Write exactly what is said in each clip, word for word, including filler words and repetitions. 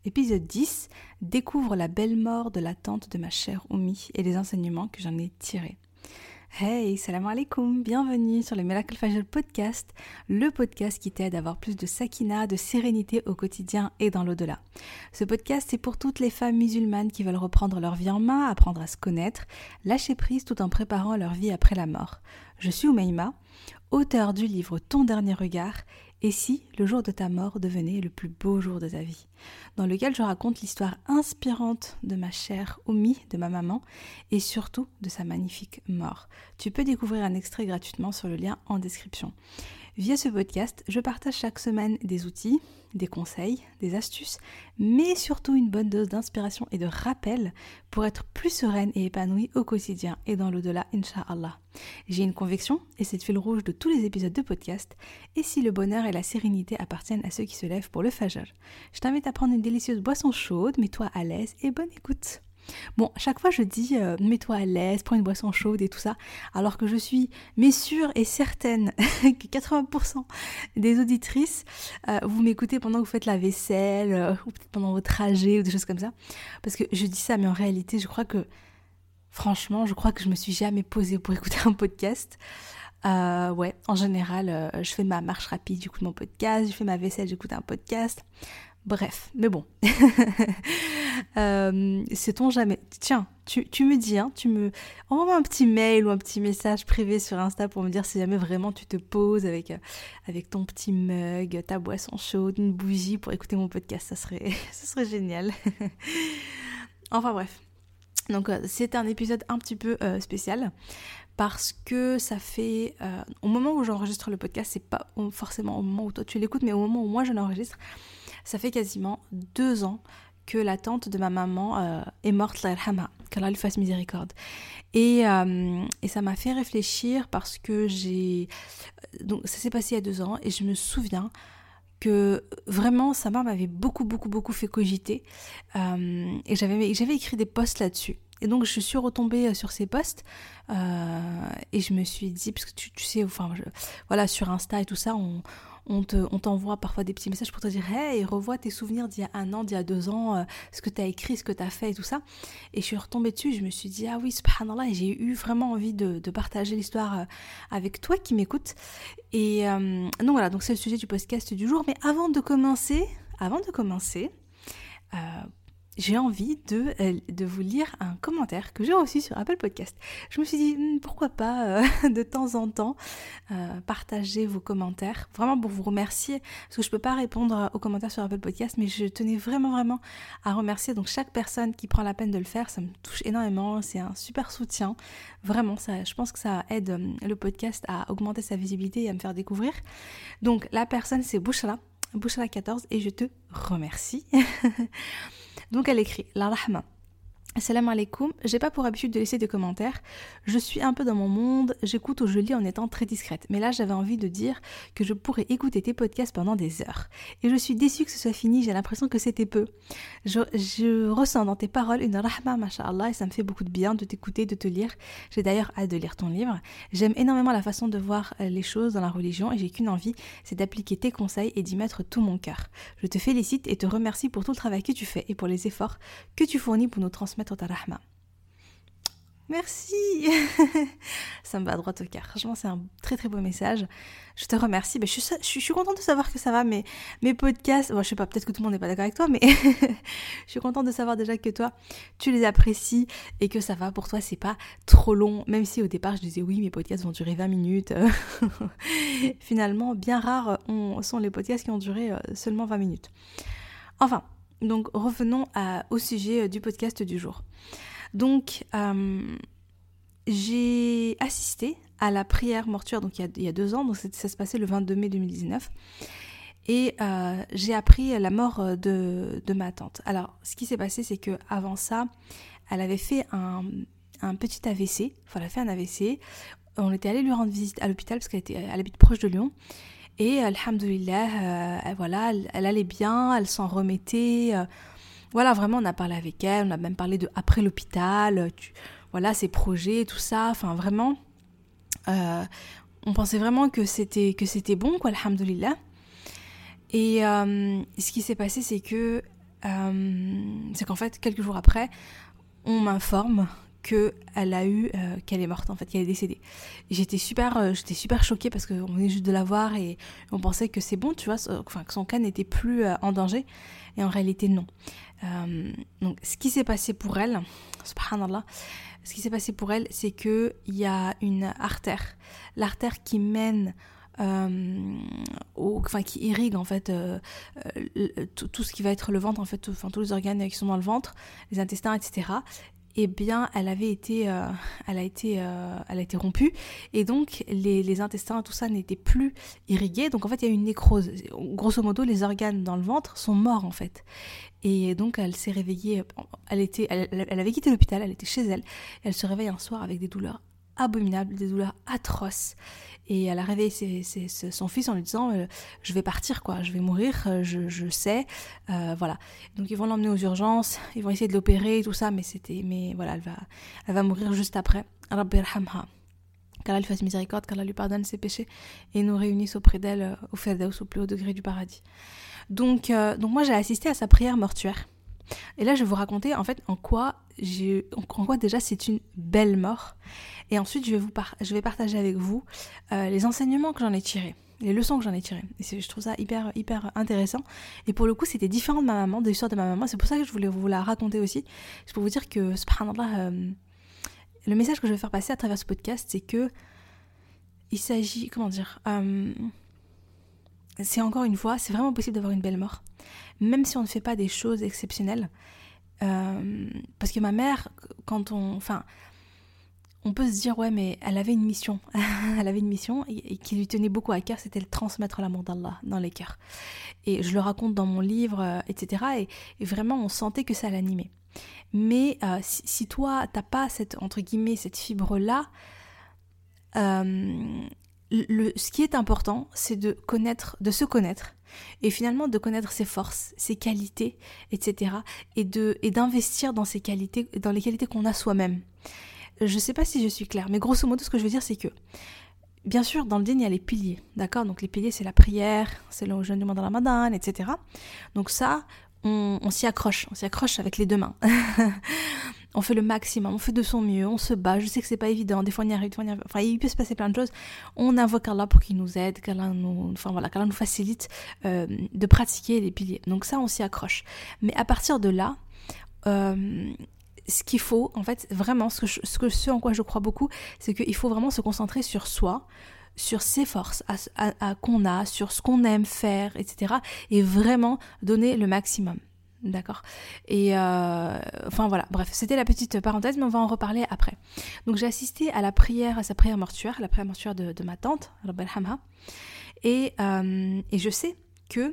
Épisode dix, découvre la belle mort de la tante de ma chère Oumi et les enseignements que j'en ai tirés. Hey, salam alaikum, bienvenue sur le Miracle Fajr podcast, le podcast qui t'aide à avoir plus de sakina, de sérénité au quotidien et dans l'au-delà. Ce podcast, c'est pour toutes les femmes musulmanes qui veulent reprendre leur vie en main, apprendre à se connaître, lâcher prise tout en préparant leur vie après la mort. Je suis Oumaima, auteure du livre Ton dernier regard, et si le jour de ta mort devenait le plus beau jour de ta vie, dans lequel je raconte l'histoire inspirante de ma chère Oumi, de ma maman, et surtout de sa magnifique mort. Tu peux découvrir un extrait gratuitement sur le lien en description. Via ce podcast, je partage chaque semaine des outils, des conseils, des astuces, mais surtout une bonne dose d'inspiration et de rappel pour être plus sereine et épanouie au quotidien et dans l'au-delà, Inch'Allah. J'ai une conviction, et c'est le fil rouge de tous les épisodes de podcast, et si le bonheur et la sérénité appartiennent à ceux qui se lèvent pour le fajr. Je t'invite à prendre une délicieuse boisson chaude, mets-toi à l'aise et bonne écoute. Bon, chaque fois je dis euh, mets-toi à l'aise, prends une boisson chaude et tout ça, alors que je suis mais sûre et certaine que quatre-vingts pour cent des auditrices, euh, vous m'écoutez pendant que vous faites la vaisselle, euh, ou peut-être pendant vos trajets ou des choses comme ça, parce que je dis ça, mais en réalité je crois que, franchement, je crois que je me suis jamais posée pour écouter un podcast. Euh, ouais, en général, euh, je fais ma marche rapide, j'écoute mon podcast, je fais ma vaisselle, j'écoute un podcast. Bref, mais bon, euh, sait-on jamais. Tiens, tu, tu me dis, hein, tu me envoie un petit mail ou un petit message privé sur Insta pour me dire si jamais vraiment tu te poses avec, euh, avec ton petit mug, ta boisson chaude, une bougie pour écouter mon podcast, ça serait, ça serait génial. Enfin bref, donc euh, c'est un épisode un petit peu euh, spécial. Parce que ça fait, euh, au moment où j'enregistre le podcast, c'est pas forcément au moment où toi tu l'écoutes, mais au moment où moi je l'enregistre, ça fait quasiment deux ans que la tante de ma maman euh, est morte, la yarhamha, qu'Allah lui fasse miséricorde. Et, euh, et ça m'a fait réfléchir parce que j'ai... Donc ça s'est passé il y a deux ans et je me souviens que vraiment sa mort m'avait beaucoup, beaucoup, beaucoup fait cogiter. Euh, et j'avais, j'avais écrit des posts là-dessus. Et donc je suis retombée sur ces posts euh, et je me suis dit, parce que tu, tu sais, enfin, je, voilà, sur Insta et tout ça, on, on, te, on t'envoie parfois des petits messages pour te dire « Hey, revois tes souvenirs d'il y a un an, d'il y a deux ans, euh, ce que tu as écrit, ce que tu as fait et tout ça. » Et je suis retombée dessus, je me suis dit « Ah oui, subhanallah », et j'ai eu vraiment envie de, de partager l'histoire euh, avec toi qui m'écoutes. Et euh, donc voilà, donc c'est le sujet du podcast du jour. Mais avant de commencer, avant de commencer, euh, j'ai envie de, euh, de vous lire un commentaire que j'ai reçu sur Apple Podcast. Je me suis dit, hmm, pourquoi pas, euh, de temps en temps, euh, partager vos commentaires, vraiment pour vous remercier, parce que je peux pas répondre aux commentaires sur Apple Podcast, mais je tenais vraiment, vraiment à remercier donc chaque personne qui prend la peine de le faire. Ça me touche énormément, c'est un super soutien. Vraiment, ça, je pense que ça aide euh, le podcast à augmenter sa visibilité et à me faire découvrir. Donc, la personne, c'est Bouchra, Bouchra quatorze, et je te remercie. Donc elle écrit La Rahma. Assalamu alaikum, j'ai pas pour habitude de laisser des commentaires, je suis un peu dans mon monde, j'écoute ou je lis en étant très discrète, mais là j'avais envie de dire que je pourrais écouter tes podcasts pendant des heures. Et je suis déçue que ce soit fini, j'ai l'impression que c'était peu. Je, je ressens dans tes paroles une rahma, masha'Allah, et ça me fait beaucoup de bien de t'écouter, de te lire. J'ai d'ailleurs hâte de lire ton livre. J'aime énormément la façon de voir les choses dans la religion et j'ai qu'une envie, c'est d'appliquer tes conseils et d'y mettre tout mon cœur. Je te félicite et te remercie pour tout le travail que tu fais et pour les efforts que tu fournis pour nous transmettre ta rahma. Merci. Ça me va droit au cœur. Franchement, c'est un très très beau message. Je te remercie. Ben, je, suis, je, suis, je suis contente de savoir que ça va. Mes, mes podcasts, bon, je sais pas, peut-être que tout le monde n'est pas d'accord avec toi, mais je suis contente de savoir déjà que toi, tu les apprécies et que ça va pour toi, c'est pas trop long. Même si au départ, je disais oui, mes podcasts vont durer vingt minutes. Finalement, bien rares on, sont les podcasts qui ont duré seulement vingt minutes. Enfin, donc revenons à, au sujet du podcast du jour. Donc, euh, j'ai assisté à la prière mortuaire donc il y a, il y a deux ans, donc ça se passait le vingt-deux mai deux mille dix-neuf, et euh, j'ai appris la mort de, de ma tante. Alors, ce qui s'est passé, c'est que avant ça, elle avait fait un, un petit A V C, enfin elle a fait un A V C, on était allé lui rendre visite à l'hôpital parce qu'elle était, elle habite proche de Lyon, et alhamdoulilah, euh, voilà, elle, elle allait bien, elle s'en remettait... Euh, Voilà, vraiment, on a parlé avec elle, on a même parlé de après l'hôpital, tu, voilà, ses projets, tout ça, enfin vraiment, euh, on pensait vraiment que c'était, que c'était bon, quoi, alhamdoulilah. Et euh, ce qui s'est passé, c'est que euh, c'est qu'en fait, quelques jours après, on m'informe qu'elle a eu, euh, qu'elle est morte en fait, qu'elle est décédée. Et j'étais super, euh, j'étais super choquée parce qu'on venait juste de la voir et on pensait que c'est bon, tu vois, euh, enfin que son cas n'était plus euh, en danger. Et en réalité non. Euh, donc ce qui s'est passé pour elle, subhanallah, ce qui s'est passé pour elle, c'est que il y a une artère, l'artère qui mène Euh, au, enfin qui irrigue en fait euh, euh, tout, tout ce qui va être le ventre en fait, tout, enfin tous les organes qui sont dans le ventre, les intestins, et cetera. Eh bien, elle avait été, euh, elle a été, euh, elle a été rompue et donc les, les intestins, tout ça n'était plus irrigué. Donc en fait, il y a eu une nécrose. Grosso modo, les organes dans le ventre sont morts en fait. Et donc elle s'est réveillée. Elle était, elle, elle avait quitté l'hôpital, elle était chez elle. Elle se réveille un soir avec des douleurs abominables, des douleurs atroces. Et elle a réveillé ses, ses, ses, son fils en lui disant euh, je vais partir quoi, je vais mourir, euh, je, je sais, euh, voilà. Donc ils vont l'emmener aux urgences, ils vont essayer de l'opérer, tout ça, mais c'était, mais voilà, elle va, elle va mourir juste après. Rabbi yarhamha, qu'Allah lui fasse miséricorde, qu'Allah lui pardonne ses péchés et nous réunisse auprès d'elle euh, au Firdaus, au plus haut degré du paradis. Donc, euh, donc moi j'ai assisté à sa prière mortuaire. Et là je vais vous raconter en fait en quoi j'ai, en quoi déjà c'est une belle mort. Et ensuite, je vais, vous par- je vais partager avec vous euh, les enseignements que j'en ai tirés, les leçons que j'en ai tirées. Et c'est, je trouve ça hyper, hyper intéressant. Et pour le coup, c'était différent de ma maman, de l'histoire de ma maman. C'est pour ça que je voulais vous la raconter aussi. C'est pour vous dire que, subhanallah, euh, le message que je vais faire passer à travers ce podcast, c'est que il s'agit, comment dire, euh, c'est encore une fois, c'est vraiment possible d'avoir une belle mort. Même si on ne fait pas des choses exceptionnelles. Euh, parce que ma mère, quand on... enfin, on peut se dire, ouais, mais elle avait une mission. Elle avait une mission et, et qui lui tenait beaucoup à cœur, c'était de transmettre l'amour d'Allah dans les cœurs. Et je le raconte dans mon livre, euh, et cetera. Et, et vraiment, on sentait que ça l'animait. Mais euh, si, si toi, t'as pas cette, entre guillemets, cette fibre-là, euh, le, ce qui est important, c'est de connaître, de se connaître. Et finalement, de connaître ses forces, ses qualités, et cetera. Et, de, et d'investir dans ces qualités, dans les qualités qu'on a soi-même. Je sais pas si je suis claire, mais grosso modo, ce que je veux dire, c'est que, bien sûr, dans le dîn, il y a les piliers, d'accord ? Donc les piliers, c'est la prière, c'est le jeûne du mois de Ramadan, et cetera. Donc ça, on, on s'y accroche, on s'y accroche avec les deux mains. On fait le maximum, on fait de son mieux, on se bat. Je sais que c'est pas évident, des fois on y arrive, des fois on y arrive. Enfin, il peut se passer plein de choses. On invoque Allah pour qu'il nous aide, qu'Allah nous, enfin voilà, qu'Allah nous facilite euh, de pratiquer les piliers. Donc ça, on s'y accroche. Mais à partir de là, euh, ce qu'il faut, en fait, vraiment, ce, que je, ce, que, ce en quoi je crois beaucoup, c'est qu'il faut vraiment se concentrer sur soi, sur ses forces à, à, à, qu'on a, sur ce qu'on aime faire, et cetera. Et vraiment donner le maximum. D'accord. Et euh, enfin voilà, bref, c'était la petite parenthèse, mais on va en reparler après. Donc j'ai assisté à la prière, à sa prière mortuaire, la prière mortuaire de, de ma tante, Rabbi yarhamha, et, euh, et je sais que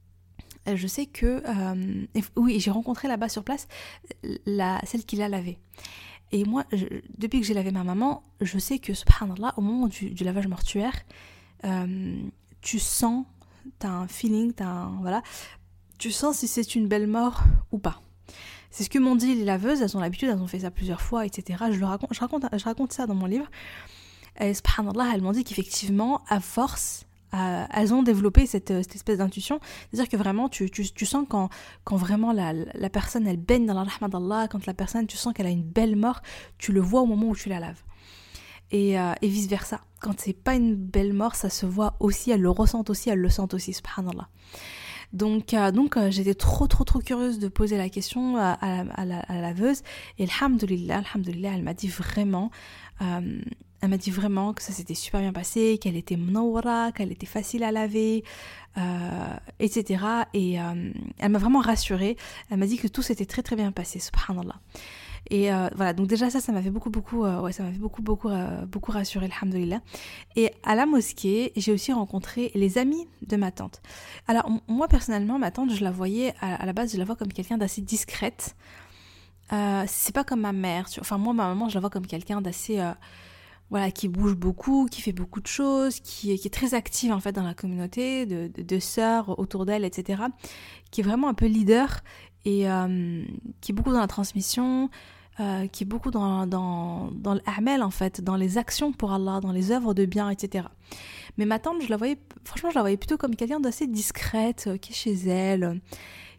je sais que euh, et, oui, j'ai rencontré là-bas sur place la, celle qui l'a lavée. Et moi, je, depuis que j'ai lavé ma maman, je sais que, subhanallah, au moment du, du lavage mortuaire, euh, tu sens, t'as un feeling, t'as un, voilà, tu sens si c'est une belle mort ou pas. C'est ce que m'ont dit les laveuses, elles ont l'habitude, elles ont fait ça plusieurs fois, et cetera. Je, le raconte, je, raconte, je raconte ça dans mon livre. Et subhanallah, elles m'ont dit qu'effectivement, à force, euh, elles ont développé cette, cette espèce d'intuition. C'est-à-dire que vraiment, tu, tu, tu sens quand, quand vraiment la, la personne, elle baigne dans la rahma d'Allah, quand la personne, tu sens qu'elle a une belle mort, tu le vois au moment où tu la laves. Et, euh, et vice-versa. Quand c'est pas une belle mort, ça se voit aussi, elles le ressentent aussi, elles le sentent aussi, subhanallah. Donc, euh, donc euh, j'étais trop trop trop curieuse de poser la question à, à, à, la, à la laveuse. Et alhamdoulilah, alhamdoulilah, elle m'a dit vraiment, euh, elle m'a dit vraiment que ça s'était super bien passé, qu'elle était mnawara, qu'elle était facile à laver, euh, et cetera. Et euh, elle m'a vraiment rassurée. Elle m'a dit que tout s'était très très bien passé, subhanallah. Et euh, voilà, donc déjà ça, ça m'avait beaucoup, beaucoup, euh, ouais, ça m'avait beaucoup, beaucoup, euh, beaucoup rassuré, alhamdoulilah. Et à la mosquée, j'ai aussi rencontré les amis de ma tante. Alors moi personnellement, ma tante, je la voyais à, à la base, je la vois comme quelqu'un d'assez discrète. Euh, c'est pas comme ma mère. Tu... Enfin moi, ma maman, je la vois comme quelqu'un d'assez, euh, voilà, qui bouge beaucoup, qui fait beaucoup de choses, qui est, qui est très active en fait dans la communauté, de, de, de sœurs autour d'elle, et cetera. Qui est vraiment un peu leader. Et euh, qui est beaucoup dans la transmission, euh, qui est beaucoup dans, dans, dans l'a'mal en fait, dans les actions pour Allah, dans les œuvres de bien, et cetera. Mais ma tante, je la voyais, franchement, je la voyais plutôt comme quelqu'un d'assez discrète, euh, qui est chez elle, euh,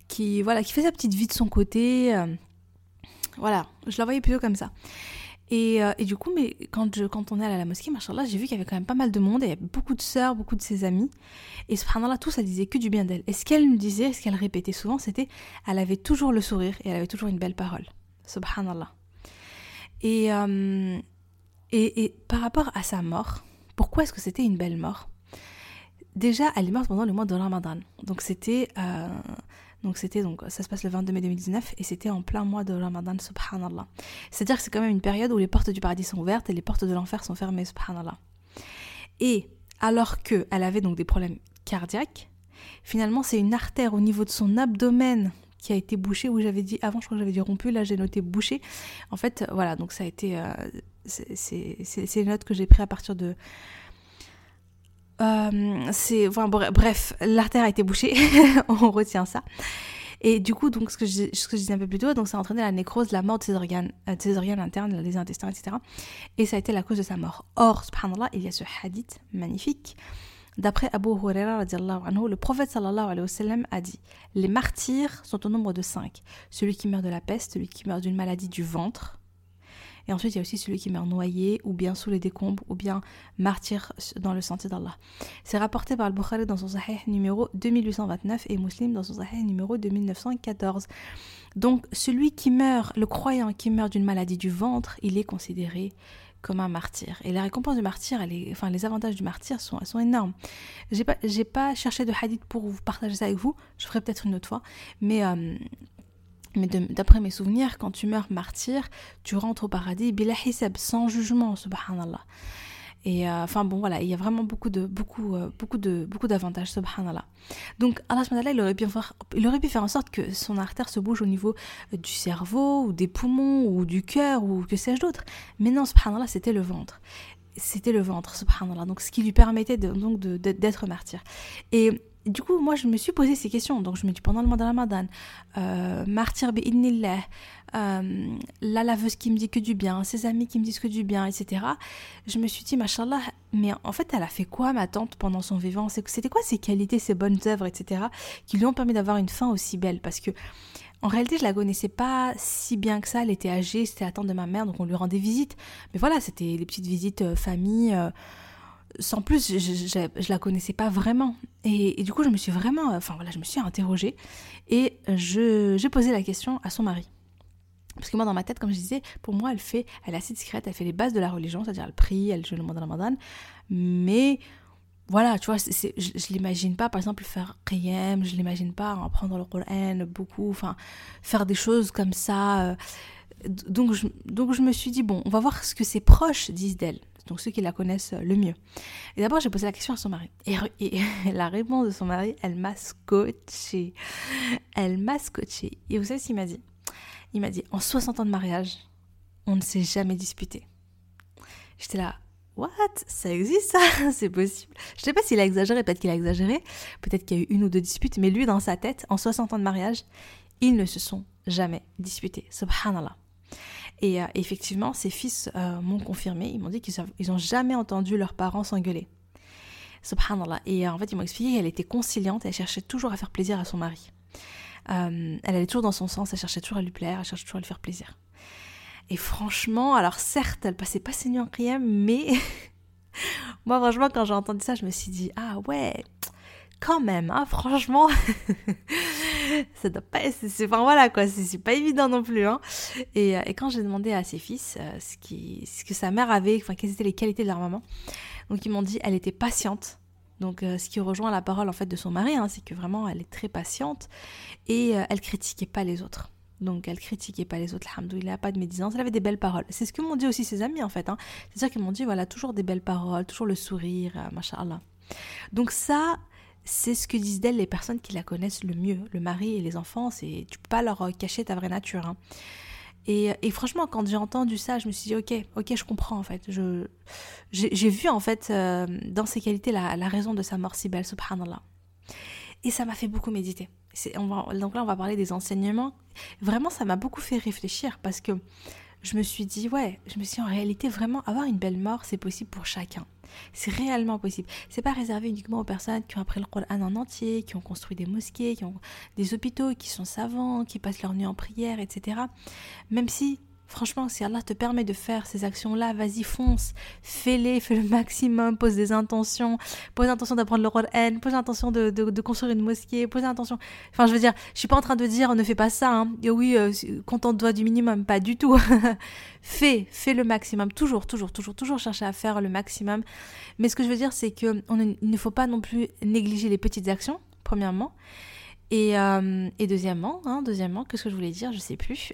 qui, voilà, qui fait sa petite vie de son côté. Euh, voilà, je la voyais plutôt comme ça. Et, euh, et du coup, mais quand, je, quand on est allé à la mosquée, machallah, j'ai vu qu'il y avait quand même pas mal de monde, et il y avait beaucoup de sœurs, beaucoup de ses amis. Et subhanallah, tous, elle disait que du bien d'elle. Et ce qu'elle me disait, ce qu'elle répétait souvent, c'était elle avait toujours le sourire et elle avait toujours une belle parole. Subhanallah. Et, euh, et, et par rapport à sa mort, pourquoi est-ce que c'était une belle mort ? Déjà, elle est morte pendant le mois de Ramadan. Donc c'était, euh, donc c'était donc ça se passe le vingt-deux mai deux mille dix-neuf et c'était en plein mois de Ramadan, subhanallah. C'est-à-dire que c'est quand même une période où les portes du paradis sont ouvertes et les portes de l'enfer sont fermées, subhanallah. Et alors que elle avait donc des problèmes cardiaques, finalement c'est une artère au niveau de son abdomen qui a été bouchée, où j'avais dit avant, je crois que j'avais dit rompu, là j'ai noté bouché. En fait, voilà, donc ça a été, euh, c'est, c'est, c'est, c'est les notes que j'ai prises à partir de Euh, c'est, enfin, bref, l'artère a été bouchée, on retient ça. Et du coup, donc, ce que je, ce que je disais un peu plus tôt, donc ça a entraîné la nécrose, la mort de ses organes, euh, de ses organes internes, les intestins, et cetera. Et ça a été la cause de sa mort. Or, subhanallah, il y a ce hadith magnifique. D'après Abu Huraira, radiallahu anhu, le prophète sallallahu alayhi wa sallam a dit « Les martyrs sont au nombre de cinq. Celui qui meurt de la peste, celui qui meurt d'une maladie du ventre. » Et ensuite, il y a aussi celui qui meurt noyé, ou bien sous les décombres, ou bien martyr dans le sentier d'Allah. C'est rapporté par Al-Bukhari dans son Sahih numéro deux mille huit cent vingt-neuf et Muslim dans son Sahih numéro deux mille neuf cent quatorze. Donc, celui qui meurt, le croyant qui meurt d'une maladie du ventre, il est considéré comme un martyr. Et la récompense du martyr, elle est, enfin, les avantages du martyr sont, sont énormes. J'ai pas, j'ai pas cherché de hadith pour vous partager ça avec vous, je ferai peut-être une autre fois, mais... Euh, Mais de, d'après mes souvenirs, quand tu meurs martyr, tu rentres au paradis, bila hisab, sans jugement, subhanallah. Et euh, enfin bon, voilà, il y a vraiment beaucoup de beaucoup euh, beaucoup de beaucoup d'avantages, subhanallah. Donc Allah subhanahu wa ta'ala, il aurait pu faire il aurait pu faire en sorte que son artère se bouge au niveau du cerveau ou des poumons ou du cœur ou que sais-je d'autre. Mais non, subhanallah, c'était le ventre. C'était le ventre, subhanallah. Donc ce qui lui permettait de, donc de, de, d'être martyr. Et du coup, moi, je me suis posé ces questions. Donc, je me dis, pendant le mois de Ramadan, euh, martyr bi'idnillah, euh, la laveuse qui me dit que du bien, ses amis qui me disent que du bien, et cetera. Je me suis dit, machallah, mais en fait, elle a fait quoi, ma tante, pendant son vivant ? C'était quoi ses qualités, ses bonnes œuvres, et cetera, qui lui ont permis d'avoir une fin aussi belle ? Parce que, en réalité, je la connaissais pas si bien que ça. Elle était âgée, c'était la tante de ma mère, donc on lui rendait visite. Mais voilà, c'était des petites visites euh, famille... Euh, sans plus, je, je, je, je la connaissais pas vraiment. Et, et du coup, je me suis vraiment, enfin voilà, je me suis interrogée et je, j'ai posé la question à son mari. Parce que moi, dans ma tête, comme je disais, pour moi, elle fait, elle est assez discrète, elle fait les bases de la religion, c'est-à-dire elle prie, elle jeûne le mois de Ramadan. Mais voilà, tu vois, c'est, c'est, je, je l'imagine pas, par exemple, faire qiyam, je l'imagine pas apprendre le Coran beaucoup, enfin, faire des choses comme ça. Donc je, donc je me suis dit, bon, on va voir ce que ses proches disent d'elle. Donc ceux qui la connaissent le mieux. Et d'abord, j'ai posé la question à son mari. Et, et, et la réponse de son mari, elle m'a scotché. Elle m'a scotché. Et vous savez ce qu'il m'a dit ? Il m'a dit, en soixante ans de mariage, on ne s'est jamais disputé. J'étais là, what ? Ça existe ça ? C'est possible. Je ne sais pas s'il a exagéré, peut-être qu'il a exagéré. Peut-être qu'il y a eu une ou deux disputes. Mais lui, dans sa tête, en soixante ans de mariage, ils ne se sont jamais disputés. Subhanallah. Et euh, effectivement, ses fils euh, m'ont confirmé, ils m'ont dit qu'ils n'ont jamais entendu leurs parents s'engueuler. Subhanallah. Et euh, en fait, ils m'ont expliqué qu'elle était conciliante, elle cherchait toujours à faire plaisir à son mari. Euh, elle allait toujours dans son sens, elle cherchait toujours à lui plaire, elle cherchait toujours à lui faire plaisir. Et franchement, alors certes, elle passait pas ses nuits en qiyam, mais moi franchement, quand j'ai entendu ça, je me suis dit, ah ouais, quand même, hein, franchement... ça doit pas c'est, c'est enfin voilà quoi c'est, c'est pas évident non plus hein. et, et quand j'ai demandé à ses fils euh, ce qui ce que sa mère avait, enfin quelles étaient les qualités de leur maman, donc ils m'ont dit elle était patiente, donc euh, ce qui rejoint la parole en fait de son mari, hein, c'est que vraiment elle est très patiente et euh, elle critiquait pas les autres. Donc elle critiquait pas les autres, alhamdoulilah, pas de médisance, elle avait des belles paroles. C'est ce que m'ont dit aussi ses amis en fait, hein. C'est ça qu'ils m'ont dit, voilà, toujours des belles paroles, toujours le sourire, euh, mashallah. Donc ça, c'est ce que disent d'elle les personnes qui la connaissent le mieux. Le mari et les enfants, c'est, tu peux pas leur cacher ta vraie nature. Hein. Et, et franchement, quand j'ai entendu ça, je me suis dit, ok, ok, je comprends en fait. Je, j'ai, j'ai vu en fait euh, dans ses qualités la, la raison de sa mort si belle, subhanallah. Et ça m'a fait beaucoup méditer. C'est, on va, donc là, on va parler des enseignements. Vraiment, ça m'a beaucoup fait réfléchir parce que je me suis dit, ouais, je me suis dit, en réalité, vraiment, avoir une belle mort, c'est possible pour chacun. C'est réellement possible. C'est pas réservé uniquement aux personnes qui ont appris le Coran en entier, qui ont construit des mosquées, qui ont des hôpitaux, qui sont savants, qui passent leur nuit en prière, et cetera. Même si, franchement, si Allah te permet de faire ces actions-là, vas-y, fonce, fais-les, fais le maximum, pose des intentions, pose l'intention d'apprendre le Coran, pose l'intention de, de, de construire une mosquée, pose l'intention... Enfin, je veux dire, je suis pas en train de dire, ne fais pas ça, hein. Et oui, euh, contente-toi du minimum, pas du tout. Fais, fais le maximum, toujours, toujours, toujours, toujours chercher à faire le maximum. Mais ce que je veux dire, c'est qu'il ne faut pas non plus négliger les petites actions, premièrement. Et, euh, et deuxièmement, hein, deuxièmement, qu'est-ce que je voulais dire? Je sais plus.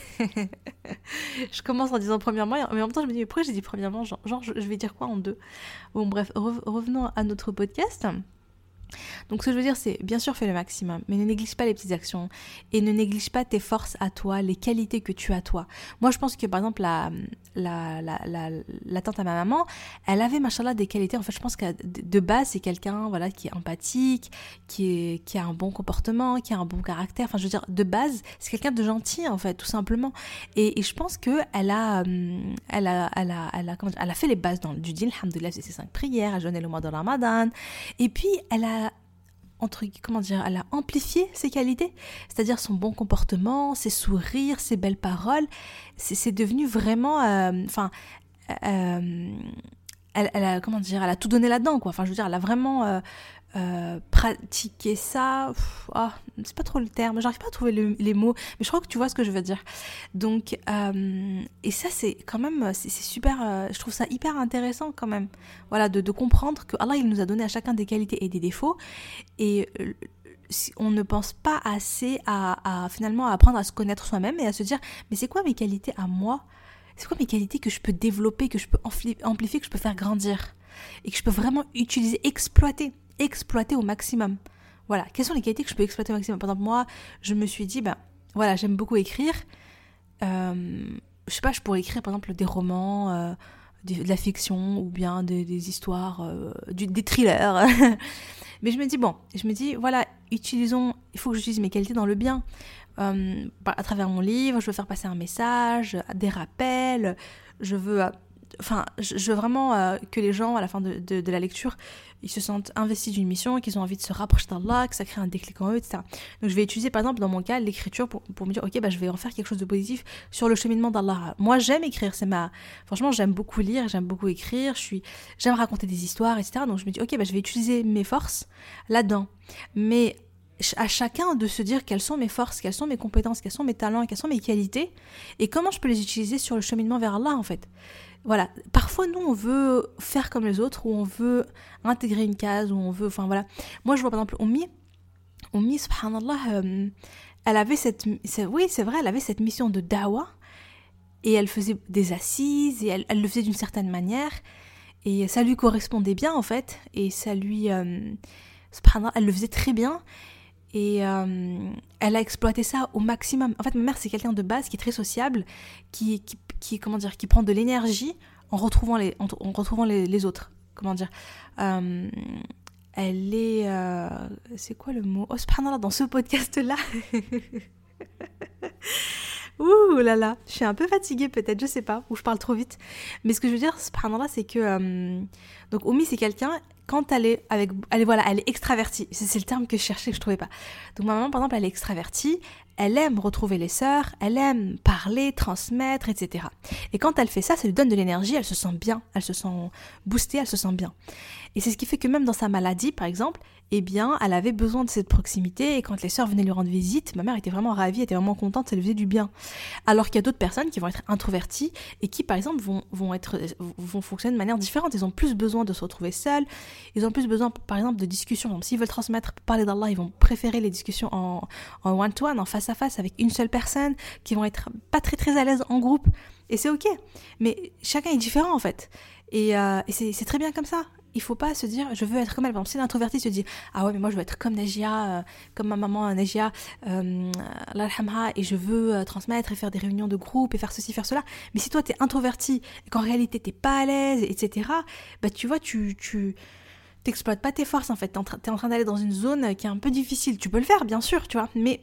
Je commence en disant premièrement, mais en même temps je me dis, mais pourquoi j'ai dit premièrement? Genre, genre je vais dire quoi en deux? Bon bref, re- revenons à notre podcast. Donc ce que je veux dire, c'est bien sûr fais le maximum, mais ne néglige pas les petites actions et ne néglige pas tes forces à toi, les qualités que tu as toi. Moi je pense que par exemple la, la, la, la, la tante à ma maman, elle avait machallah des qualités. En fait je pense que de base c'est quelqu'un voilà, qui est empathique, qui, est, qui a un bon comportement, qui a un bon caractère. Enfin je veux dire de base c'est quelqu'un de gentil en fait tout simplement. Et, et je pense qu'elle a, elle a, elle a, elle a, comment dire, elle a fait les bases dans, du din, alhamdoulilah, c'est ses cinq prières, elle jeûnait le mois de Ramadan. Et puis elle a entre comment dire, elle a amplifié ses qualités, c'est-à-dire son bon comportement, ses sourires, ses belles paroles. C'est, c'est devenu vraiment, enfin, euh, euh, elle, elle a comment dire, elle a tout donné là-dedans, quoi. Enfin, je veux dire, elle a vraiment euh, euh, pratiqué ça. Pff, oh, c'est pas trop le terme, j'arrive pas à trouver le, les mots, mais je crois que tu vois ce que je veux dire. Donc, euh, et ça, c'est quand même, c'est, c'est super. Euh, je trouve ça hyper intéressant quand même. Voilà, de, de comprendre que Allah, il nous a donné à chacun des qualités et des défauts. Et on ne pense pas assez à, à finalement à apprendre à se connaître soi-même et à se dire mais c'est quoi mes qualités à moi, c'est quoi mes qualités que je peux développer, que je peux amplifier, que je peux faire grandir et que je peux vraiment utiliser, exploiter, exploiter au maximum. Voilà, quelles sont les qualités que je peux exploiter au maximum? Par exemple, moi, je me suis dit, ben voilà, j'aime beaucoup écrire. Euh, je sais pas, je pourrais écrire par exemple des romans, euh, de, de la fiction ou bien des, des histoires, euh, du, des thrillers. Mais je me dis, bon, je me dis, voilà, utilisons, il faut que j'utilise mes qualités dans le bien. Euh, à travers mon livre, je veux faire passer un message, des rappels, je veux, euh, enfin, je, je veux vraiment euh, que les gens, à la fin de, de, de la lecture, ils se sentent investis d'une mission, qu'ils ont envie de se rapprocher d'Allah, que ça crée un déclic en eux, et cetera. Donc je vais utiliser, par exemple, dans mon cas, l'écriture pour, pour me dire, ok, bah, je vais en faire quelque chose de positif sur le cheminement d'Allah. Moi, j'aime écrire, c'est ma... Franchement, j'aime beaucoup lire, j'aime beaucoup écrire, je suis... j'aime raconter des histoires, et cetera. Donc je me dis, ok, bah, je vais utiliser mes forces là-dedans. Mais à chacun de se dire quelles sont mes forces, quelles sont mes compétences, quels sont mes talents, quelles sont mes qualités, et comment je peux les utiliser sur le cheminement vers Allah, en fait. Voilà, parfois nous on veut faire comme les autres, ou on veut intégrer une case, ou on veut, enfin voilà. Moi je vois par exemple Oumi, Oumi, subhanallah, euh, elle avait cette, c'est, oui c'est vrai, elle avait cette mission de dawa, et elle faisait des assises, et elle, elle le faisait d'une certaine manière, et ça lui correspondait bien en fait, et ça lui, euh, subhanallah, elle le faisait très bien, et euh, elle a exploité ça au maximum. En fait, ma mère, c'est quelqu'un de base qui est très sociable, qui, qui, qui comment dire, qui prend de l'énergie en retrouvant les, en, en retrouvant les, les autres. Comment dire euh, Elle est... Euh, c'est quoi le mot? Oh, subhanallah, dans ce podcast-là... Ouh là là, je suis un peu fatiguée peut-être, je sais pas, ou je parle trop vite. Mais ce que je veux dire, subhanallah, c'est que... Euh, donc, Oumi, c'est quelqu'un... Quand elle est avec, elle est, voilà, elle est extravertie. C'est, c'est le terme que je cherchais, que je trouvais pas. Donc ma maman, par exemple, elle est extravertie. Elle aime retrouver les sœurs. Elle aime parler, transmettre, et cetera. Et quand elle fait ça, ça lui donne de l'énergie. Elle se sent bien. Elle se sent boostée. Elle se sent bien. Et c'est ce qui fait que même dans sa maladie, par exemple, eh bien, elle avait besoin de cette proximité. Et quand les sœurs venaient lui rendre visite, ma mère était vraiment ravie, était vraiment contente. Ça lui faisait du bien. Alors qu'il y a d'autres personnes qui vont être introverties et qui, par exemple, vont vont être vont fonctionner de manière différente. Ils ont plus besoin de se retrouver seuls. Ils ont plus besoin, par exemple, de discussions. Donc, s'ils veulent transmettre, parler d'Allah, ils vont préférer les discussions en, en one-to-one, en face-à-face, avec une seule personne, qui vont être pas très très à l'aise en groupe. Et c'est ok. Mais chacun est différent, en fait. Et, euh, et c'est, c'est très bien comme ça. Il faut pas se dire, je veux être comme elle. Par exemple, si l'introverti se dit, ah ouais, mais moi je veux être comme Najia, euh, comme ma maman Najia, euh, l'alhamha, et je veux euh, transmettre et faire des réunions de groupe et faire ceci, faire cela. Mais si toi t'es introverti et qu'en réalité t'es pas à l'aise, et cetera, bah tu vois, tu... tu t'exploites pas tes forces en fait, t'es en, tra- t'es en train d'aller dans une zone qui est un peu difficile. Tu peux le faire bien sûr, tu vois, mais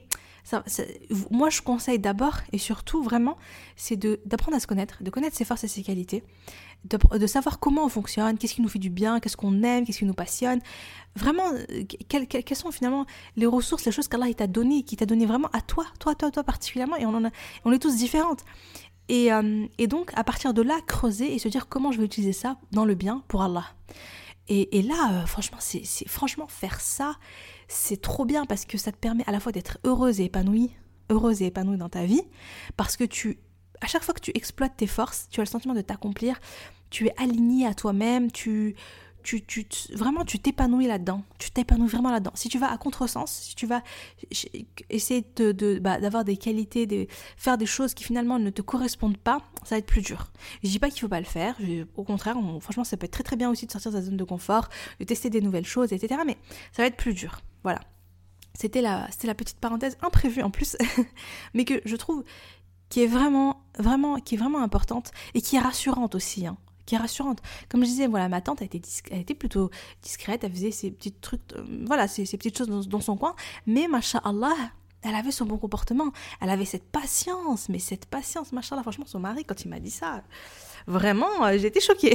Ça, ça, moi, je conseille d'abord et surtout, vraiment, c'est de, d'apprendre à se connaître, de connaître ses forces et ses qualités, de, de savoir comment on fonctionne, qu'est-ce qui nous fait du bien, qu'est-ce qu'on aime, qu'est-ce qui nous passionne. Vraiment, quelles, quelles sont finalement les ressources, les choses qu'Allah il t'a données, qui t'a donné vraiment à toi, toi, toi, toi particulièrement, et on, en a, on est tous différentes. Et, euh, et donc, à partir de là, creuser et se dire comment je vais utiliser ça dans le bien pour Allah. Et, et là, euh, franchement, c'est, c'est, franchement, faire ça, c'est trop bien parce que ça te permet à la fois d'être heureuse et épanouie, heureuse et épanouie dans ta vie, parce que tu, à chaque fois que tu exploites tes forces, tu as le sentiment de t'accomplir, tu es aligné à toi-même, tu, tu, tu, vraiment, tu t'épanouis là-dedans, tu t'épanouis vraiment là-dedans. Si tu vas à contresens, si tu vas essayer de, de, bah, d'avoir des qualités, de faire des choses qui finalement ne te correspondent pas, ça va être plus dur. Je dis pas qu'il faut pas le faire, je, au contraire, on, franchement, ça peut être très très bien aussi de sortir de sa zone de confort, de tester des nouvelles choses, et cetera. Mais ça va être plus dur. Voilà. C'était la, c'était la petite parenthèse imprévue en plus, mais que je trouve qui est vraiment, vraiment, qui est vraiment importante et qui est rassurante aussi, hein. Qui est rassurante. Comme je disais, voilà, ma tante, elle était, disc- elle était plutôt discrète, elle faisait ses petits trucs, euh, voilà, ses, ses petites choses dans, dans son coin, mais masha'Allah, elle avait son bon comportement, elle avait cette patience, mais cette patience, masha'Allah, franchement, son mari, quand il m'a dit ça, vraiment, euh, j'ai été choquée.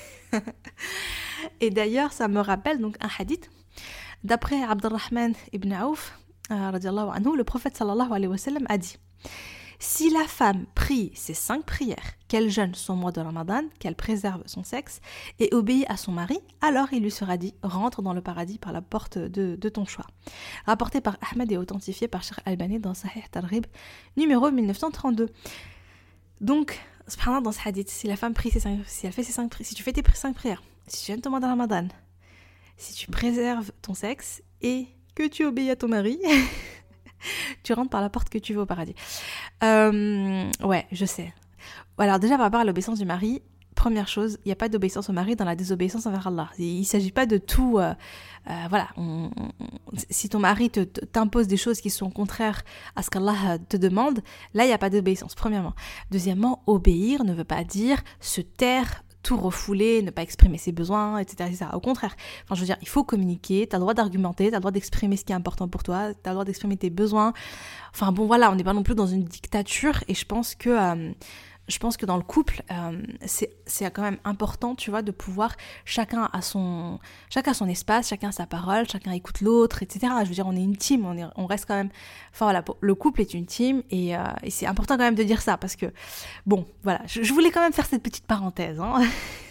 Et d'ailleurs, ça me rappelle donc un hadith, d'après Abdurrahman ibn Auf, euh, radiallahu anhu, le prophète sallallahu alayhi wa sallam a dit: si la femme prie ses cinq prières, qu'elle jeûne son mois de Ramadan, qu'elle préserve son sexe et obéit à son mari, alors il lui sera dit: rentre dans le paradis par la porte de, de ton choix. Rapporté par Ahmed et authentifié par Sheikh Albani dans Sahih Targhib, numéro mille neuf cent trente-deux. Donc, subhanallah, dans ce hadith, si la femme prie ses cinq, si elle fait ses cinq prières, si tu fais tes cinq prières, si tu jeûnes ton mois de Ramadan, si tu préserves ton sexe et que tu obéis à ton mari, tu rentres par la porte que tu veux au paradis. Euh, ouais, je sais. Alors déjà, par rapport à l'obéissance du mari, première chose, il n'y a pas d'obéissance au mari dans la désobéissance envers Allah. Il ne s'agit pas de tout... Euh, euh, voilà, on, on, si ton mari te, te, t'impose des choses qui sont contraires à ce qu'Allah te demande, là, il n'y a pas d'obéissance, premièrement. Deuxièmement, obéir ne veut pas dire se taire, tout refouler, ne pas exprimer ses besoins, et cetera, et cetera. Au contraire, enfin, je veux dire, il faut communiquer, tu as le droit d'argumenter, tu as le droit d'exprimer ce qui est important pour toi, tu as le droit d'exprimer tes besoins. Enfin bon, voilà, on n'est pas non plus dans une dictature, et je pense que, euh, je pense que dans le couple, euh, c'est, c'est quand même important, tu vois, de pouvoir, chacun a son, chacun a son espace, chacun a sa parole, chacun écoute l'autre, et cetera. Je veux dire, on est une team, on, est, on reste quand même, enfin voilà, le couple est une team, et, euh, et c'est important quand même de dire ça, parce que, bon, voilà, je, je voulais quand même faire cette petite parenthèse, hein.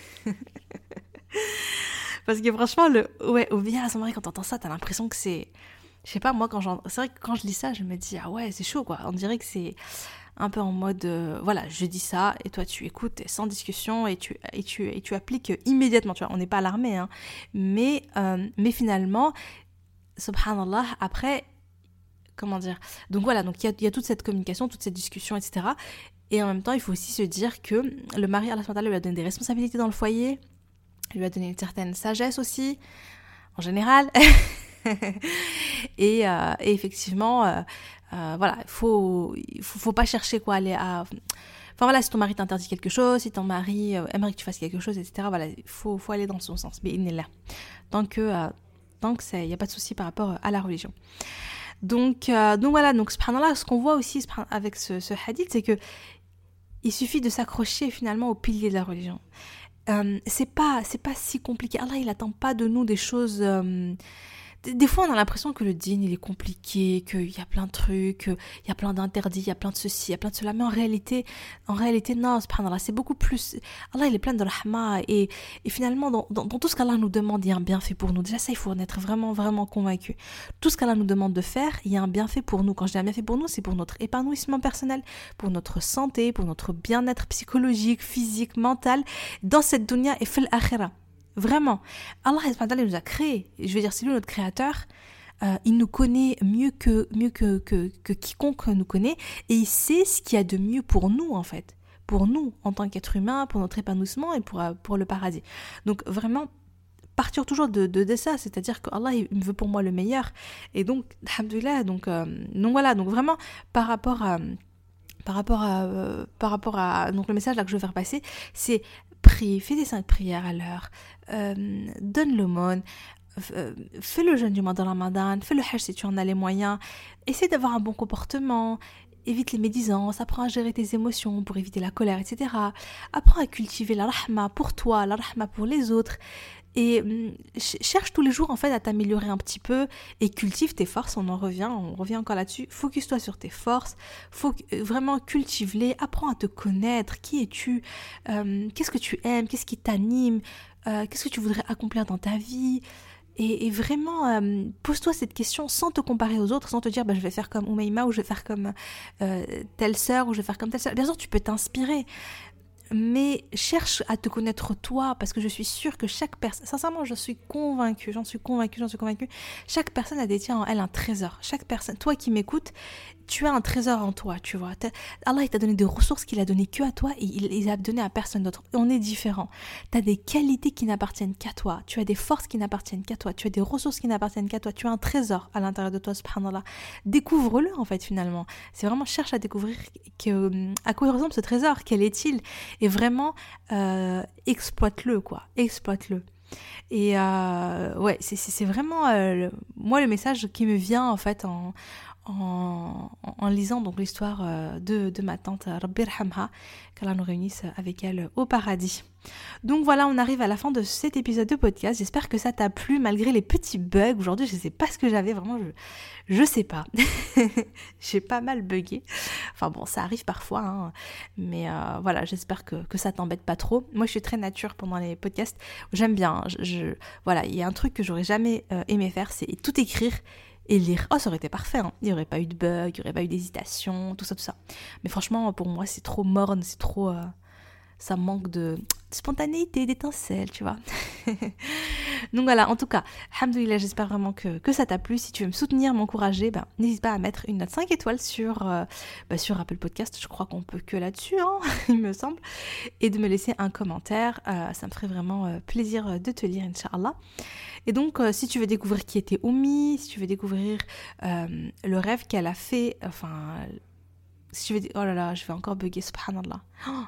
Parce que franchement, le, ouais, obéir à son mari, quand t'entends ça, t'as l'impression que c'est, je sais pas, moi, quand j'en, c'est vrai que quand je lis ça, je me dis, ah ouais, c'est chaud, quoi, on dirait que c'est un peu en mode, euh, voilà, je dis ça, et toi tu écoutes sans discussion, et tu, et tu, et tu appliques immédiatement, tu vois, on n'est pas à l'armée, hein, mais, euh, mais finalement, subhanallah, après, comment dire, donc voilà, donc il y a, y a toute cette communication, toute cette discussion, et cetera, et en même temps, il faut aussi se dire que le mari, Allah subhanahu wa ta'ala, lui a donné des responsabilités dans le foyer, lui a donné une certaine sagesse aussi, en général, et, euh, et effectivement, euh, euh, voilà, il faut, faut, faut pas chercher quoi aller à... Enfin voilà, si ton mari t'interdit quelque chose, si ton mari euh, aimerait que tu fasses quelque chose, et cetera, voilà, il faut, faut aller dans son sens, mais il n'est là. Tant que, euh, tant que c'est, il n'y a pas de souci par rapport à la religion. Donc, euh, donc voilà, donc subhanallah, ce qu'on voit aussi avec ce, ce hadith, c'est que il suffit de s'accrocher finalement au pilier de la religion. Euh, c'est pas, c'est pas si compliqué. Allah, il attend pas de nous des choses... Euh, des fois, on a l'impression que le dîn, il est compliqué, qu'il y a plein de trucs, il y a plein d'interdits, il y a plein de ceci, il y a plein de cela. Mais en réalité, en réalité, non, subhanallah, c'est beaucoup plus... Allah, il est plein de rahma. Et, et finalement, dans, dans, dans tout ce qu'Allah nous demande, il y a un bienfait pour nous. Déjà, ça, il faut en être vraiment, vraiment convaincu. Tout ce qu'Allah nous demande de faire, il y a un bienfait pour nous. Quand je dis un bienfait pour nous, c'est pour notre épanouissement personnel, pour notre santé, pour notre bien-être psychologique, physique, mental, dans cette dunya et fil akhira. Vraiment, Allah nous a créés. Je veux dire, c'est lui notre créateur. Euh, il nous connaît mieux que mieux que, que que quiconque nous connaît, et il sait ce qu'il y a de mieux pour nous en fait, pour nous en tant qu'être humain, pour notre épanouissement et pour pour le paradis. Donc vraiment partir toujours de de, de ça, c'est-à-dire que Allah il veut pour moi le meilleur, et donc alhamdoulilah, donc euh, donc voilà, donc vraiment par rapport à par rapport à euh, par rapport à donc le message là que je veux faire passer, c'est prie, fais des cinq prières à l'heure, euh, donne l'aumône, euh, fais le jeûne du mois de Ramadan, fais le hajj si tu en as les moyens, essaie d'avoir un bon comportement, évite les médisances, apprends à gérer tes émotions pour éviter la colère, et cetera. Apprends à cultiver la rahma pour toi, la rahma pour les autres. Et hum, ch- cherche tous les jours en fait à t'améliorer un petit peu et cultive tes forces, on en revient, on revient encore là-dessus. Focus-toi sur tes forces, faut vraiment cultive-les, apprends à te connaître, qui es-tu, euh, qu'est-ce que tu aimes, qu'est-ce qui t'anime, euh, qu'est-ce que tu voudrais accomplir dans ta vie. Et, et vraiment, euh, pose-toi cette question sans te comparer aux autres, sans te dire bah, je vais faire comme Oumaima ou je vais faire comme euh, telle sœur ou je vais faire comme telle sœur. Bien sûr, tu peux t'inspirer, mais cherche à te connaître toi, parce que je suis sûre que chaque personne, sincèrement je suis convaincue, j'en suis convaincue, j'en suis convaincue, chaque personne a détient en elle un trésor. Chaque personne, toi qui m'écoutes, tu as un trésor en toi, tu vois. T'as, Allah il t'a donné des ressources qu'il a données que à toi et il les a données à personne d'autre. Et on est différents. Tu as des qualités qui n'appartiennent qu'à toi, tu as des forces qui n'appartiennent qu'à toi, tu as des ressources qui n'appartiennent qu'à toi, tu as un trésor à l'intérieur de toi, subhanallah. Découvre-le en fait finalement. C'est vraiment cherche à découvrir que, à quoi ressemble ce trésor, quel est-il, et vraiment euh, exploite-le quoi, exploite-le. Et euh, ouais, c'est, c'est, c'est vraiment euh, le, moi le message qui me vient en fait en, en, en lisant donc l'histoire euh, de, de ma tante Rabbi Irhamha, qu'Allah nous réunisse avec elle au paradis. Donc voilà, on arrive à la fin de cet épisode de podcast. J'espère que ça t'a plu malgré les petits bugs. Aujourd'hui, je sais pas ce que j'avais, vraiment, je, je sais pas. J'ai pas mal bugué. Enfin bon, ça arrive parfois, hein. Mais euh, voilà, j'espère que, que ça t'embête pas trop. Moi, je suis très nature pendant les podcasts. J'aime bien. Je, je, voilà, il y a un truc que j'aurais jamais euh, aimé faire, c'est tout écrire et lire. Oh, ça aurait été parfait, hein. Il n'y aurait pas eu de bug, il n'y aurait pas eu d'hésitation, tout ça, tout ça. Mais franchement, pour moi, c'est trop morne, c'est trop... Euh, ça manque de spontanéité, d'étincelle, tu vois. Donc voilà, en tout cas, alhamdoulilah, j'espère vraiment que, que ça t'a plu. Si tu veux me soutenir, m'encourager, ben, n'hésite pas à mettre une note cinq étoiles sur, euh, ben, sur Apple Podcast. Je crois qu'on peut que là-dessus, hein, il me semble. Et de me laisser un commentaire. Euh, ça me ferait vraiment euh, plaisir de te lire, Inch'Allah. Et donc, euh, si tu veux découvrir qui était Oumi, si tu veux découvrir euh, le rêve qu'elle a fait, enfin, si tu veux... Oh là là, je vais encore bugger, subhanallah. Oh.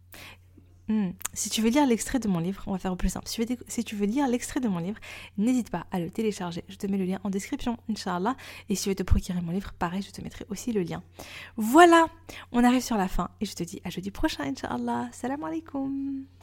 Hmm. Si tu veux lire l'extrait de mon livre, on va faire au plus simple. Si tu veux, déc- si tu veux lire l'extrait de mon livre, n'hésite pas à le télécharger. Je te mets le lien en description, Inch'Allah. Et si tu veux te procurer mon livre, pareil, je te mettrai aussi le lien. Voilà, on arrive sur la fin. Et je te dis à jeudi prochain, Inch'Allah. Salam alaikum.